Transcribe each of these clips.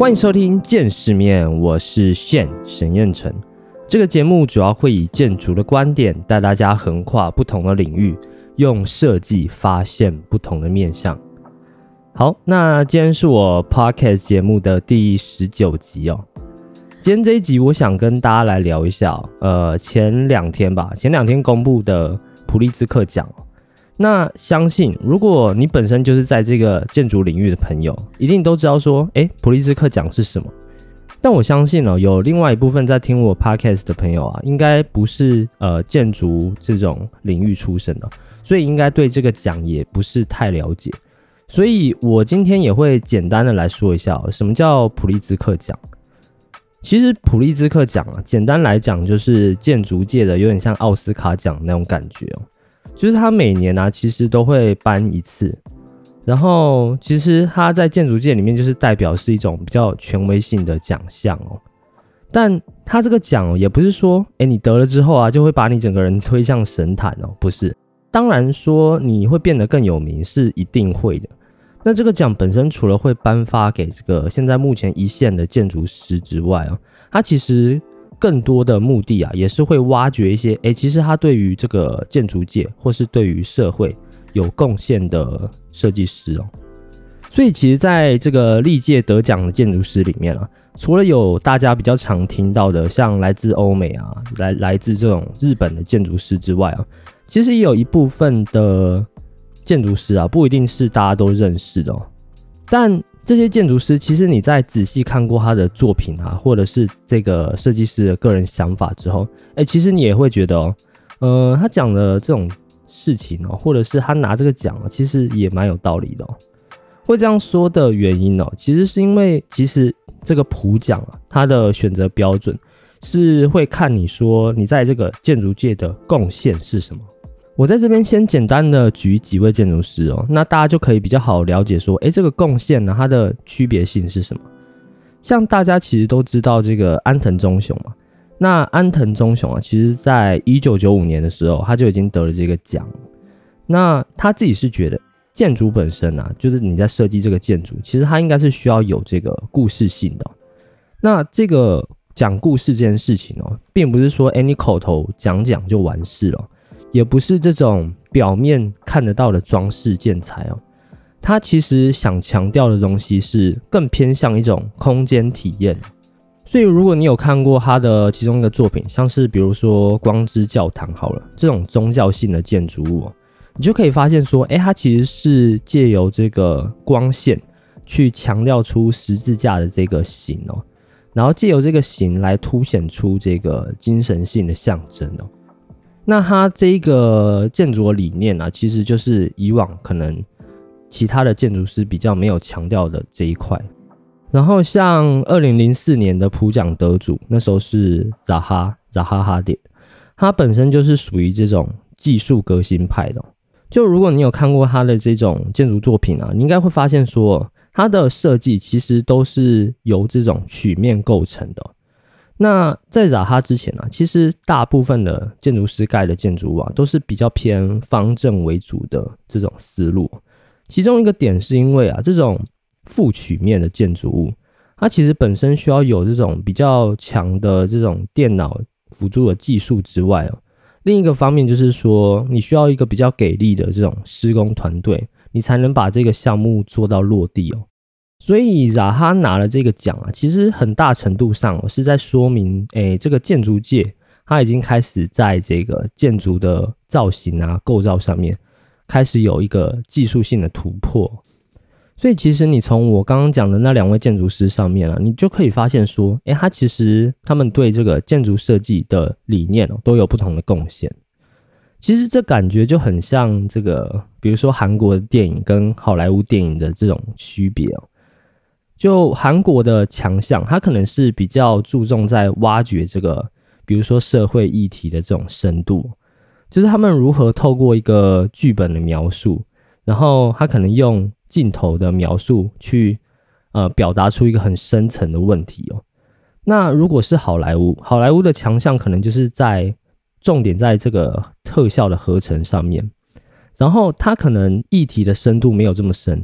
欢迎收听见世面，我是沈彦成。这个节目主要会以建筑的观点带大家横跨不同的领域，用设计发现不同的面向。好，那今天是我 Podcast 节目的第19集哦。今天这一集我想跟大家来聊一下前两天公布的普利兹克奖。那相信如果你本身就是在这个建筑领域的朋友，一定都知道说普利兹克奖是什么。但我相信有另外一部分在听我 podcast 的朋友啊，应该不是建筑这种领域出身的，所以应该对这个奖也不是太了解。所以我今天也会简单的来说一下什么叫普利兹克奖。其实普利兹克奖啊，简单来讲就是建筑界的有点像奥斯卡奖那种感觉就是他每年啊其实都会颁一次，然后其实他在建筑界里面就是代表是一种比较权威性的奖项但他这个奖也不是说你得了之后啊就会把你整个人推向神坛不是。当然说你会变得更有名是一定会的。那这个奖本身除了会颁发给这个现在目前一线的建筑师之外它其实更多的目的啊，也是会挖掘一些其实他对于这个建筑界或是对于社会有贡献的设计师所以其实在这个历届得奖的建筑师里面除了有大家比较常听到的像来自欧美啊来自这种日本的建筑师之外其实也有一部分的建筑师不一定是大家都认识的但这些建筑师其实你在仔细看过他的作品或者是这个设计师的个人想法之后其实你也会觉得他讲的这种事情或者是他拿这个奖其实也蛮有道理的会这样说的原因其实是因为其实这个普奖它的选择标准是会看你说你在这个建筑界的贡献是什么。我在这边先简单的举几位建筑师那大家就可以比较好了解说这个贡献它的区别性是什么。像大家其实都知道这个安藤忠雄嘛，那安藤忠雄其实在1995年的时候他就已经得了这个奖。那他自己是觉得建筑本身就是你在设计这个建筑其实它应该是需要有这个故事性的那这个讲故事这件事情并不是说你口头讲就完事了，也不是这种表面看得到的装饰建材它其实想强调的东西是更偏向一种空间体验。所以如果你有看过他的其中一个作品，像是比如说光之教堂好了，这种宗教性的建筑物你就可以发现说它其实是借由这个光线去强调出十字架的这个形然后借由这个形来凸显出这个精神性的象征那它这一个建筑的理念其实就是以往可能其他的建筑师比较没有强调的这一块。然后像2004年的普奖得主，那时候是扎哈哈迪，他本身就是属于这种技术革新派的就如果你有看过他的这种建筑作品你应该会发现说他的设计其实都是由这种曲面构成的那在扎哈之前其实大部分的建筑师盖的建筑物都是比较偏方正为主的这种思路。其中一个点是因为这种负曲面的建筑物它其实本身需要有这种比较强的这种电脑辅助的技术之外另一个方面就是说你需要一个比较给力的这种施工团队，你才能把这个项目做到落地所以扎哈拿了这个奖其实很大程度上是在说明这个建筑界它已经开始在这个建筑的造型构造上面开始有一个技术性的突破。所以其实你从我刚刚讲的那两位建筑师上面你就可以发现说其实他们对这个建筑设计的理念都有不同的贡献。其实这感觉就很像这个比如说韩国的电影跟好莱坞电影的这种区别就韩国的强项它可能是比较注重在挖掘这个比如说社会议题的这种深度，就是他们如何透过一个剧本的描述，然后他可能用镜头的描述去表达出一个很深层的问题那如果是好莱坞的强项可能就是在重点在这个特效的合成上面，然后它可能议题的深度没有这么深，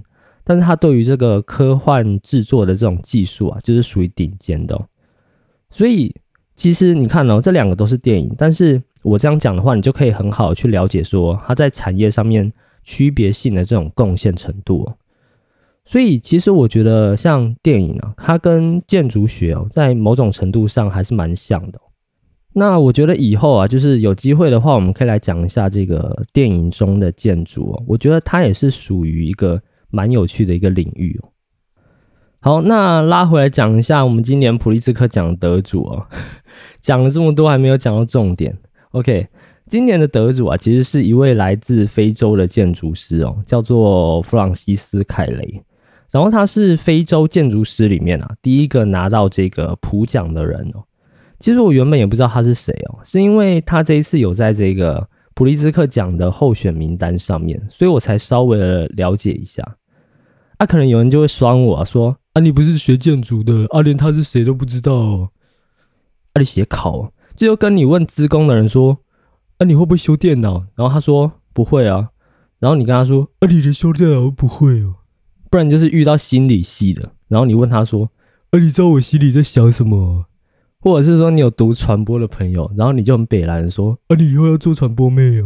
但是他对于这个科幻制作的这种技术啊，就是属于顶尖的所以其实你看这两个都是电影，但是我这样讲的话，你就可以很好的去了解说它在产业上面区别性的这种贡献程度所以其实我觉得像电影它跟建筑学在某种程度上还是蛮像的那我觉得以后就是有机会的话，我们可以来讲一下这个电影中的建筑我觉得它也是属于一个蛮有趣的一个领域好，那拉回来讲一下我们今年普利兹克奖得主讲了这么多还没有讲到重点 OK， 今年的得主其实是一位来自非洲的建筑师叫做弗朗西斯凯雷，然后他是非洲建筑师里面第一个拿到这个普奖的人其实我原本也不知道他是谁是因为他这一次有在这个普利兹克奖的候选名单上面，所以我才稍微的了解一下可能有人就会酸我说你不是学建筑的连他是谁都不知道你写考这就跟你问资工的人说你会不会修电脑，然后他说不会然后你跟他说你连修电脑不会不然就是遇到心理系的，然后你问他说你知道我心里在想什么或者是说你有读传播的朋友，然后你就很北蓝的说你以后要做传播妹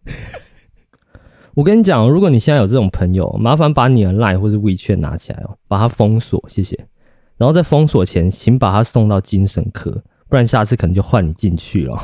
我跟你讲如果你现在有这种朋友，麻烦把你的 LINE 或是 WeChat 拿起来把它封锁，谢谢。然后在封锁前请把它送到精神科，不然下次可能就换你进去了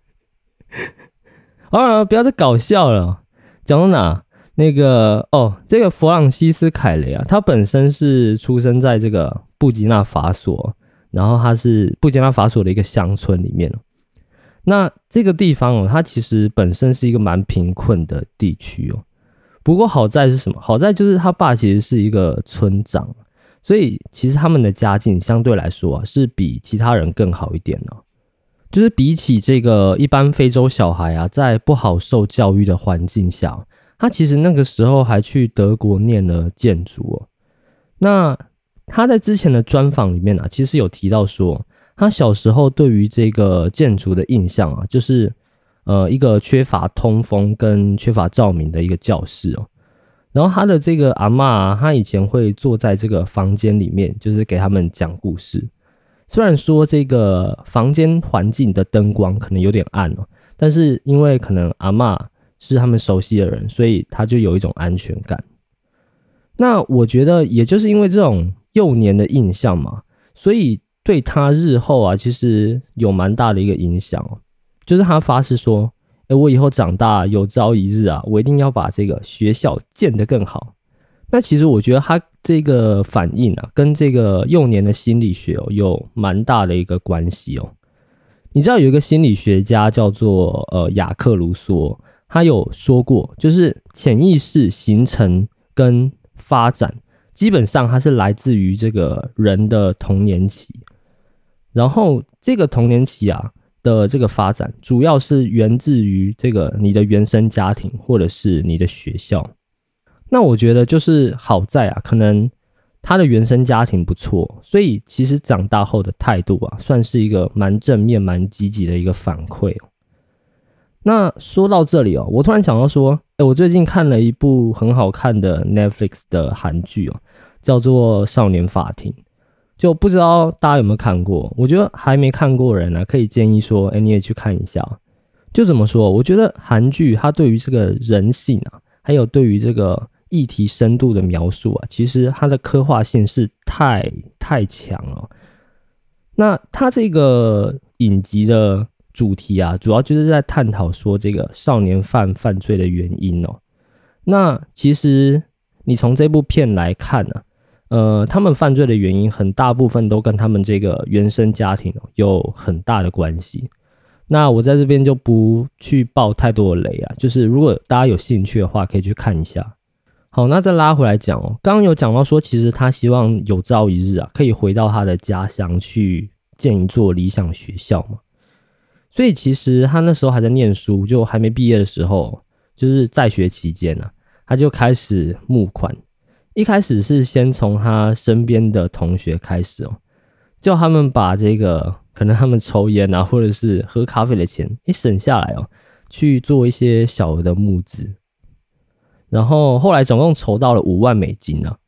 好了，不要再搞笑了。讲到哪？那个这个弗朗西斯凯雷他本身是出生在这个布基纳法索，然后他是布基纳法索的一个乡村里面那这个地方它其实本身是一个蛮贫困的地区不过好在是什么？好在就是他爸其实是一个村长，所以其实他们的家境相对来说是比其他人更好一点就是比起这个一般非洲小孩在不好受教育的环境下，他其实那个时候还去德国念了建筑那他在之前的专访里面其实有提到说他小时候对于这个建筑的印象就是一个缺乏通风跟缺乏照明的一个教室然后他的这个阿嬷他以前会坐在这个房间里面，就是给他们讲故事。虽然说这个房间环境的灯光可能有点暗但是因为可能阿嬷是他们熟悉的人，所以他就有一种安全感。那我觉得也就是因为这种幼年的印象嘛，所以对他日后其实有蛮大的一个影响就是他发誓说我以后长大有朝一日我一定要把这个学校建得更好。那其实我觉得他这个反应跟这个幼年的心理学有蛮大的一个关系你知道有一个心理学家叫做雅克卢梭，他有说过就是潜意识形成跟发展基本上它是来自于这个人的童年期，然后这个童年期的这个发展主要是源自于这个你的原生家庭或者是你的学校。那我觉得就是好在可能他的原生家庭不错，所以其实长大后的态度算是一个蛮正面蛮积极的一个反馈那说到这里我突然想到说我最近看了一部很好看的 Netflix 的韩剧叫做少年法庭，就不知道大家有没有看过。我觉得还没看过的人可以建议说你也去看一下。就怎么说，我觉得韩剧它对于这个人性还有对于这个议题深度的描述其实它的刻画性是太强了。那它这个影集的主题主要就是在探讨说这个少年犯罪的原因那其实你从这部片来看他们犯罪的原因很大部分都跟他们这个原生家庭有很大的关系。那我在这边就不去爆太多的雷就是如果大家有兴趣的话可以去看一下。好，那再拉回来讲刚刚有讲到说其实他希望有朝一日可以回到他的家乡去建一座理想学校嘛。所以其实他那时候还在念书，就还没毕业的时候，就是在学期间他就开始募款。一开始是先从他身边的同学开始叫他们把这个可能他们抽烟或者是喝咖啡的钱省下来去做一些小额的募资。然后后来总共筹到了$50,000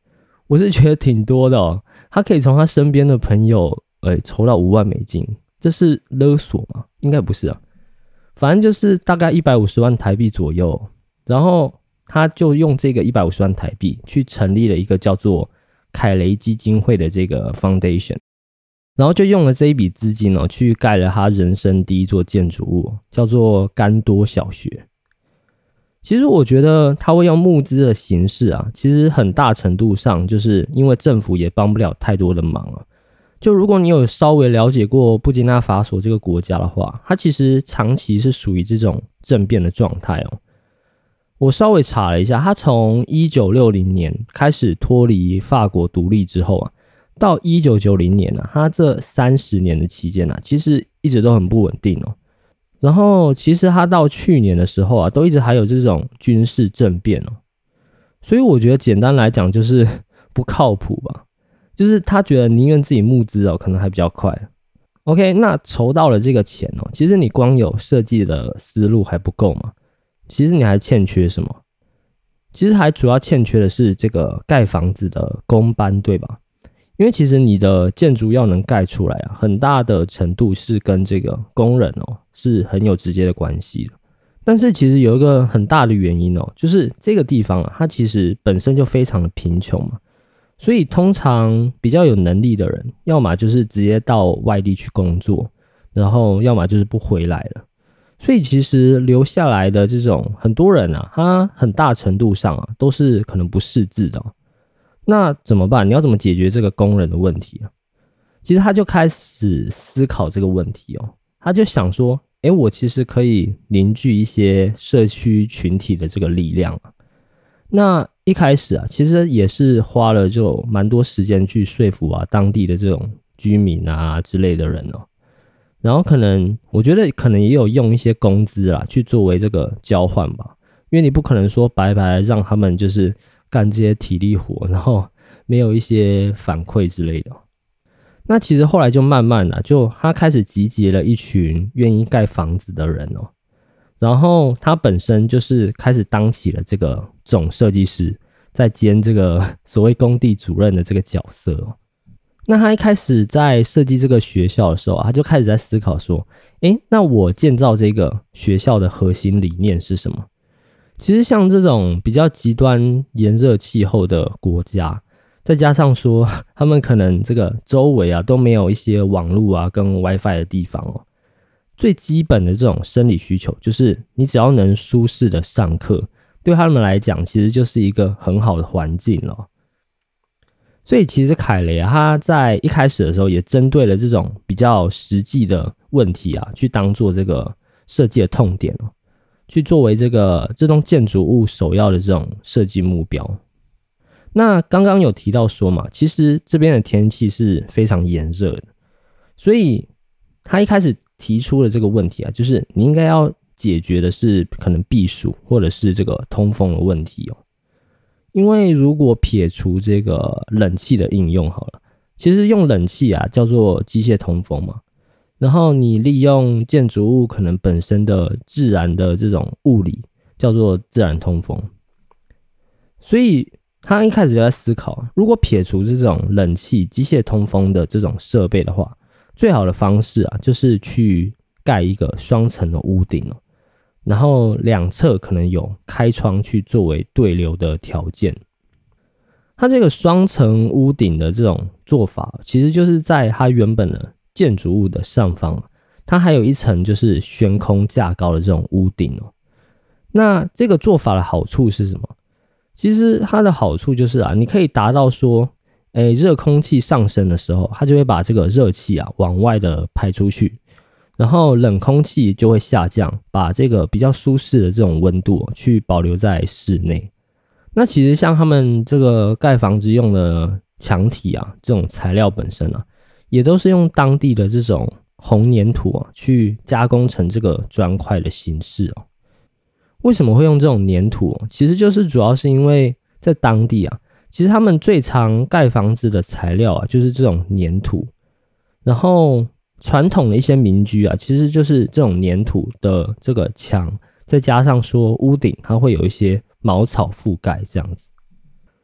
我是觉得挺多的哦。他可以从他身边的朋友筹到5万美金，这是勒索吗？应该不是啊，反正就是大概150万台币左右。然后他就用这个150万台币去成立了一个叫做凯雷基金会的这个 foundation， 然后就用了这一笔资金去盖了他人生第一座建筑物，叫做甘多小学。其实我觉得他会用募资的形式啊，其实很大程度上就是因为政府也帮不了太多的忙啊。就如果你有稍微了解过布基纳法索这个国家的话，它其实长期是属于这种政变的状态哦。我稍微查了一下，它从1960年开始脱离法国独立之后啊，到1990年啊，它这30年的期间啊，其实一直都很不稳定哦。然后其实他到去年的时候啊，都一直还有这种军事政变哦，所以我觉得简单来讲就是不靠谱吧，就是他觉得宁愿自己募资可能还比较快。OK， 那筹到了这个钱其实你光有设计的思路还不够嘛，其实你还欠缺什么？其实还主要欠缺的是这个盖房子的工班，对吧？因为其实你的建筑要能盖出来啊，很大的程度是跟这个工人是很有直接的关系的。但是其实有一个很大的原因就是这个地方啊，它其实本身就非常的贫穷嘛，所以通常比较有能力的人，要么就是直接到外地去工作，然后要么就是不回来了。所以其实留下来的这种很多人啊，他很大程度上啊都是可能不识字的那怎么办？你要怎么解决这个工人的问题啊？其实他就开始思考这个问题他就想说，我其实可以凝聚一些社区群体的这个力量啊。那一开始啊，其实也是花了就蛮多时间去说服当地的这种居民之类的人然后我觉得可能也有用一些工资去作为这个交换吧，因为你不可能说白白让他们就是干这些体力活，然后没有一些反馈之类的。那其实后来就慢慢就他开始集结了一群愿意盖房子的人然后他本身就是开始当起了这个总设计师，在兼这个所谓工地主任的这个角色那他一开始在设计这个学校的时候他就开始在思考说，那我建造这个学校的核心理念是什么？其实像这种比较极端炎热气候的国家，再加上说他们可能这个周围都没有一些网络跟 WiFi 的地方最基本的这种生理需求就是你只要能舒适的上课，对他们来讲其实就是一个很好的环境了。所以其实凯雷他在一开始的时候也针对了这种比较实际的问题去当做这个设计的痛点去作为这栋建筑物首要的这种设计目标。那刚刚有提到说嘛，其实这边的天气是非常炎热的，所以他一开始提出了这个问题就是你应该要解决的是可能避暑或者是这个通风的问题因为如果撇除这个冷气的应用好了，其实用冷气叫做机械通风嘛，然后你利用建筑物可能本身的自然的这种物理叫做自然通风。所以他一开始就在思考，如果撇除这种冷气机械通风的这种设备的话，最好的方式就是去盖一个双层的屋顶然后两侧可能有开窗去作为对流的条件。它这个双层屋顶的这种做法，其实就是在它原本的建筑物的上方，它还有一层就是悬空架高的这种屋顶那这个做法的好处是什么？其实它的好处就是你可以达到说，热空气上升的时候，它就会把这个热气往外的排出去。然后冷空气就会下降，把这个比较舒适的这种温度去保留在室内。那其实像他们这个盖房子用的墙体这种材料本身也都是用当地的这种红黏土去加工成这个砖块的形式为什么会用这种黏土其实就是主要是因为在当地其实他们最常盖房子的材料就是这种黏土。然后传统的一些民居其实就是这种黏土的这个墙，再加上说屋顶它会有一些茅草覆盖这样子。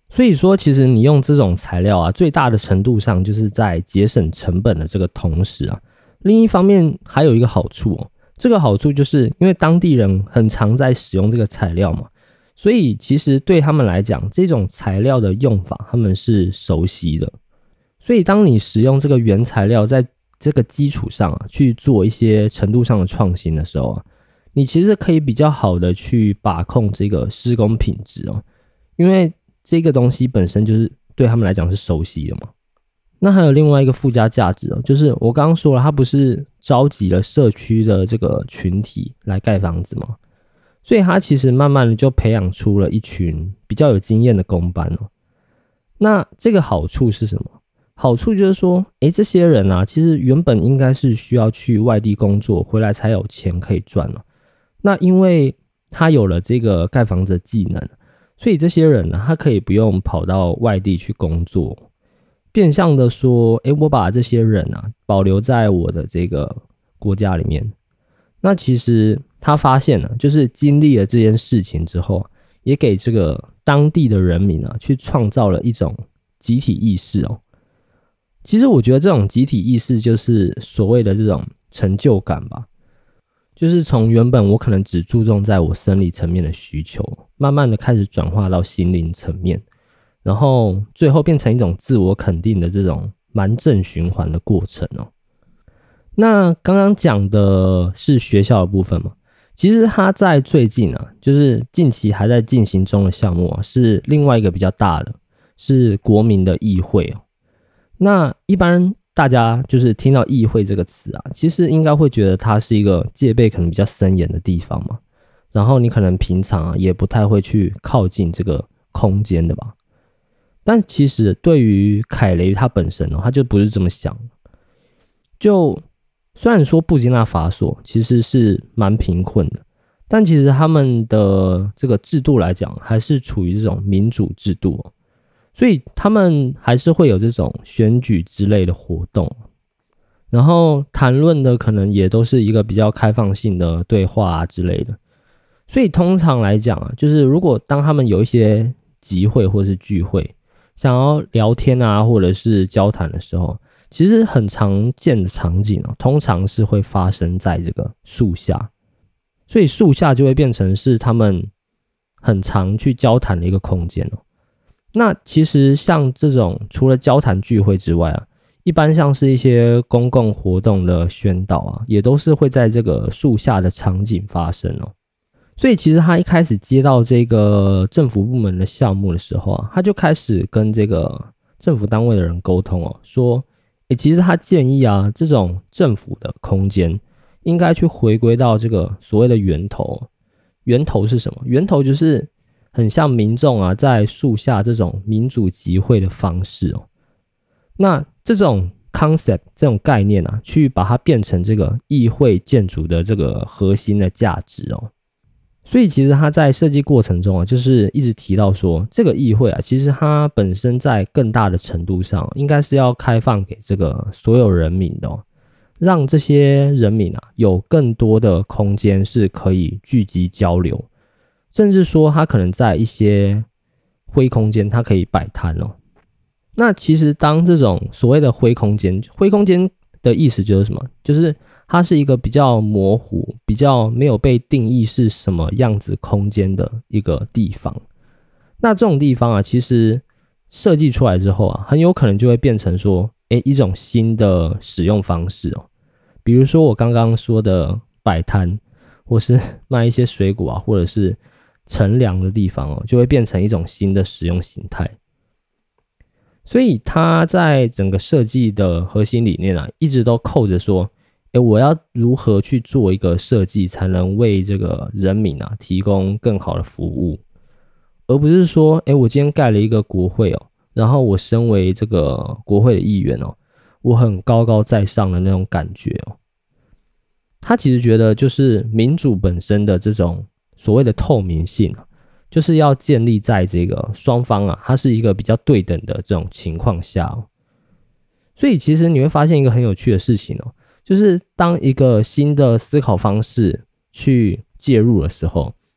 所以说其实你用这种材料啊，最大的程度上就是在节省成本的这个同时啊，另一方面还有一个好处哦，这个好处就是因为当地人很常在使用这个材料嘛，所以其实对他们来讲，这种材料的用法他们是熟悉的。所以当你使用这个原材料在这个基础上啊，去做一些程度上的创新的时候啊，你其实可以比较好的去把控这个施工品质哦，因为这个东西本身就是对他们来讲是熟悉的嘛。那还有另外一个附加价值哦，就是我刚刚说了，它不是召集了社区的这个群体来盖房子嘛，所以它其实慢慢的就培养出了一群比较有经验的工班哦。那这个好处是什么？好处就是说，这些人啊，其实原本应该是需要去外地工作，回来才有钱可以赚了。那因为他有了这个盖房子的技能，所以这些人呢，他可以不用跑到外地去工作，变相的说，我把这些人啊保留在我的这个国家里面。那其实他发现了，就是经历了这件事情之后，也给这个当地的人民啊，去创造了一种集体意识哦。其实我觉得这种集体意识就是所谓的这种成就感吧，就是从原本我可能只注重在我生理层面的需求，慢慢的开始转化到心灵层面，然后最后变成一种自我肯定的这种蛮正循环的过程哦。那刚刚讲的是学校的部分嘛，其实它在最近啊，就是近期还在进行中的项目啊，是另外一个比较大的，是国民的议会哦。那一般大家就是听到议会这个词啊，其实应该会觉得它是一个戒备可能比较森严的地方嘛，然后你可能平常啊也不太会去靠近这个空间的吧。但其实对于凯雷他本身他就不是这么想。就虽然说布基纳法索其实是蛮贫困的，但其实他们的这个制度来讲，还是处于这种民主制度哦。所以他们还是会有这种选举之类的活动，然后谈论的可能也都是一个比较开放性的对话啊之类的。所以通常来讲啊，就是如果当他们有一些集会或是聚会，想要聊天啊或者是交谈的时候，其实很常见的场景通常是会发生在这个树下，所以树下就会变成是他们很常去交谈的一个空间哦。那其实像这种除了交谈聚会之外啊，一般像是一些公共活动的宣导啊，也都是会在这个树下的场景发生哦。所以其实他一开始接到这个政府部门的项目的时候啊，他就开始跟这个政府单位的人沟通哦，说其实他建议啊，这种政府的空间应该去回归到这个所谓的源头。源头是什么？源头就是很像民众啊在树下这种民主集会的方式哦。那这种 concept 这种概念啊，去把它变成这个议会建筑的这个核心的价值哦。所以其实他在设计过程中啊，就是一直提到说，这个议会啊，其实它本身在更大的程度上，应该是要开放给这个所有人民的哦，让这些人民啊有更多的空间是可以聚集交流，甚至说他可能在一些灰空间，它可以摆摊哦。那其实当这种所谓的灰空间的意思就是什么？就是它是一个比较模糊、比较没有被定义是什么样子空间的一个地方。那这种地方啊，其实设计出来之后啊，很有可能就会变成说，一种新的使用方式哦。比如说我刚刚说的摆摊，或是卖一些水果啊，或者是乘凉的地方哦，就会变成一种新的使用形态。所以它在整个设计的核心理念啊，一直都扣着说，我要如何去做一个设计，才能为这个人民啊提供更好的服务，而不是说，我今天盖了一个国会哦，然后我身为这个国会的议员哦，我很高高在上的那种感觉哦。他其实觉得就是民主本身的这种所谓的透明性啊，就是要建立在这个双方啊，它是一个比较对等的这种情况下哦。所以其实你会发现一个很有趣的事情哦，就是当一个新的思考方式去介入的时候，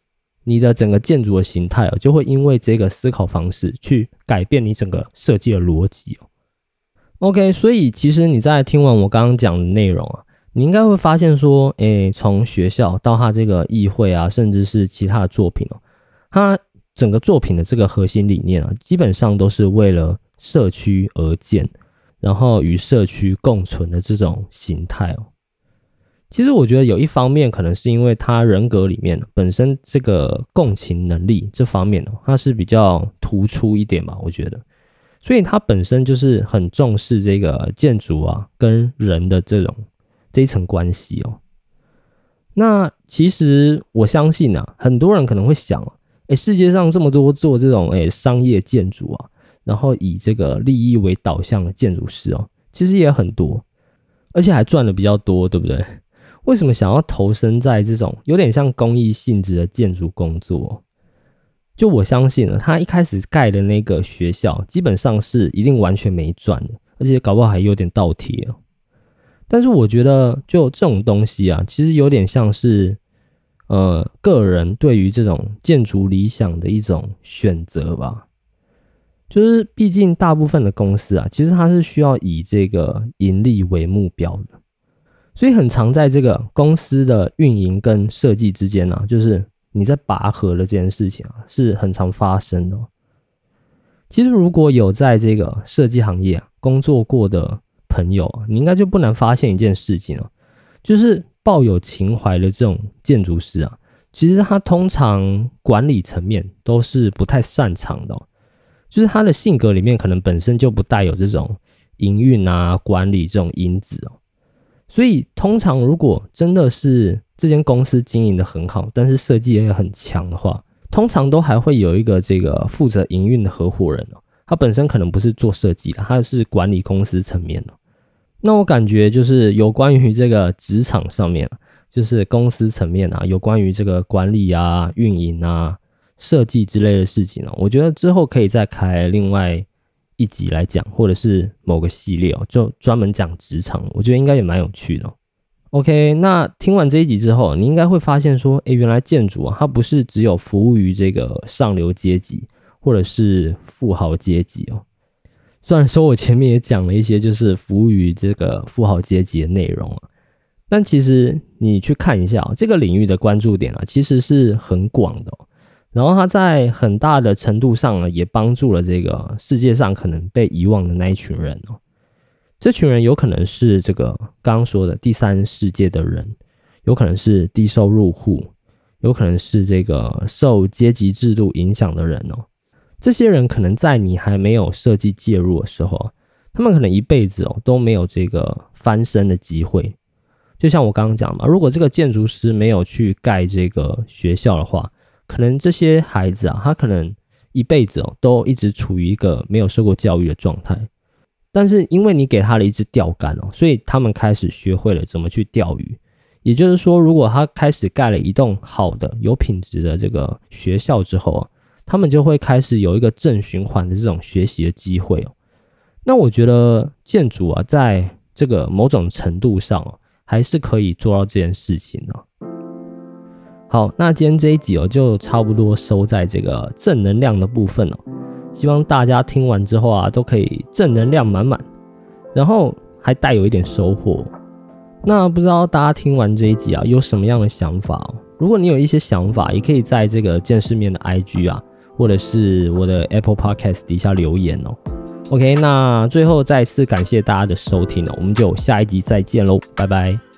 你的整个建筑的形态就会因为这个思考方式去改变你整个设计的逻辑OK， 所以其实你在听完我刚刚讲的内容你应该会发现说，从学校到他这个议会甚至是其他的作品他整个作品的这个核心理念基本上都是为了社区而建，然后与社区共存的这种形态其实我觉得有一方面可能是因为他人格里面本身这个共情能力这方面他是比较突出一点吧，我觉得。所以他本身就是很重视这个建筑跟人的这一层关系那其实我相信很多人可能会想世界上这么多做这种商业建筑然后以这个利益为导向的建筑师其实也很多，而且还赚的比较多，对不对？为什么想要投身在这种有点像公益性质的建筑工作？就我相信他一开始盖的那个学校基本上是一定完全没赚的，而且搞不好还有点倒贴但是我觉得就这种东西其实有点像是个人对于这种建筑理想的一种选择吧。就是毕竟大部分的公司其实它是需要以这个盈利为目标的，所以很常在这个公司的运营跟设计之间就是你在拔河的这件事情是很常发生的其实如果有在这个设计行业工作过的朋友你应该就不难发现一件事情就是抱有情怀的这种建筑师其实他通常管理层面都是不太擅长的就是他的性格里面可能本身就不带有这种营运管理这种因子所以通常如果真的是这间公司经营的很好，但是设计也很强的话，通常都还会有一个这个负责营运的合伙人他本身可能不是做设计的，他是管理公司层面那我感觉就是有关于这个职场上面就是公司层面有关于这个管理运营设计之类的事情我觉得之后可以再开另外一集来讲，或者是某个系列就专门讲职场，我觉得应该也蛮有趣的OK， 那听完这一集之后，你应该会发现说，原来建筑它不是只有服务于这个上流阶级或者是富豪阶级虽然说我前面也讲了一些就是服务于这个富豪阶级的内容但其实你去看一下这个领域的关注点其实是很广的然后它在很大的程度上也帮助了这个世界上可能被遗忘的那一群人这群人有可能是这个刚刚说的第三世界的人，有可能是低收入户，有可能是这个受阶级制度影响的人这些人可能在你还没有设计介入的时候他们可能一辈子都没有这个翻身的机会。就像我刚刚讲嘛，如果这个建筑师没有去盖这个学校的话，可能这些孩子他可能一辈子都一直处于一个没有受过教育的状态。但是因为你给他了一支钓竿所以他们开始学会了怎么去钓鱼。也就是说，如果他开始盖了一栋好的有品质的这个学校之后他们就会开始有一个正循环的这种学习的机会那我觉得建筑在这个某种程度上还是可以做到这件事情好，那今天这一集就差不多收在这个正能量的部分希望大家听完之后都可以正能量满满，然后还带有一点收获。那不知道大家听完这一集有什么样的想法如果你有一些想法，也可以在这个见世面的 IG 或者是我的 Apple Podcast 底下留言OK， 那最后再次感谢大家的收听我们就下一集再见咯，拜拜。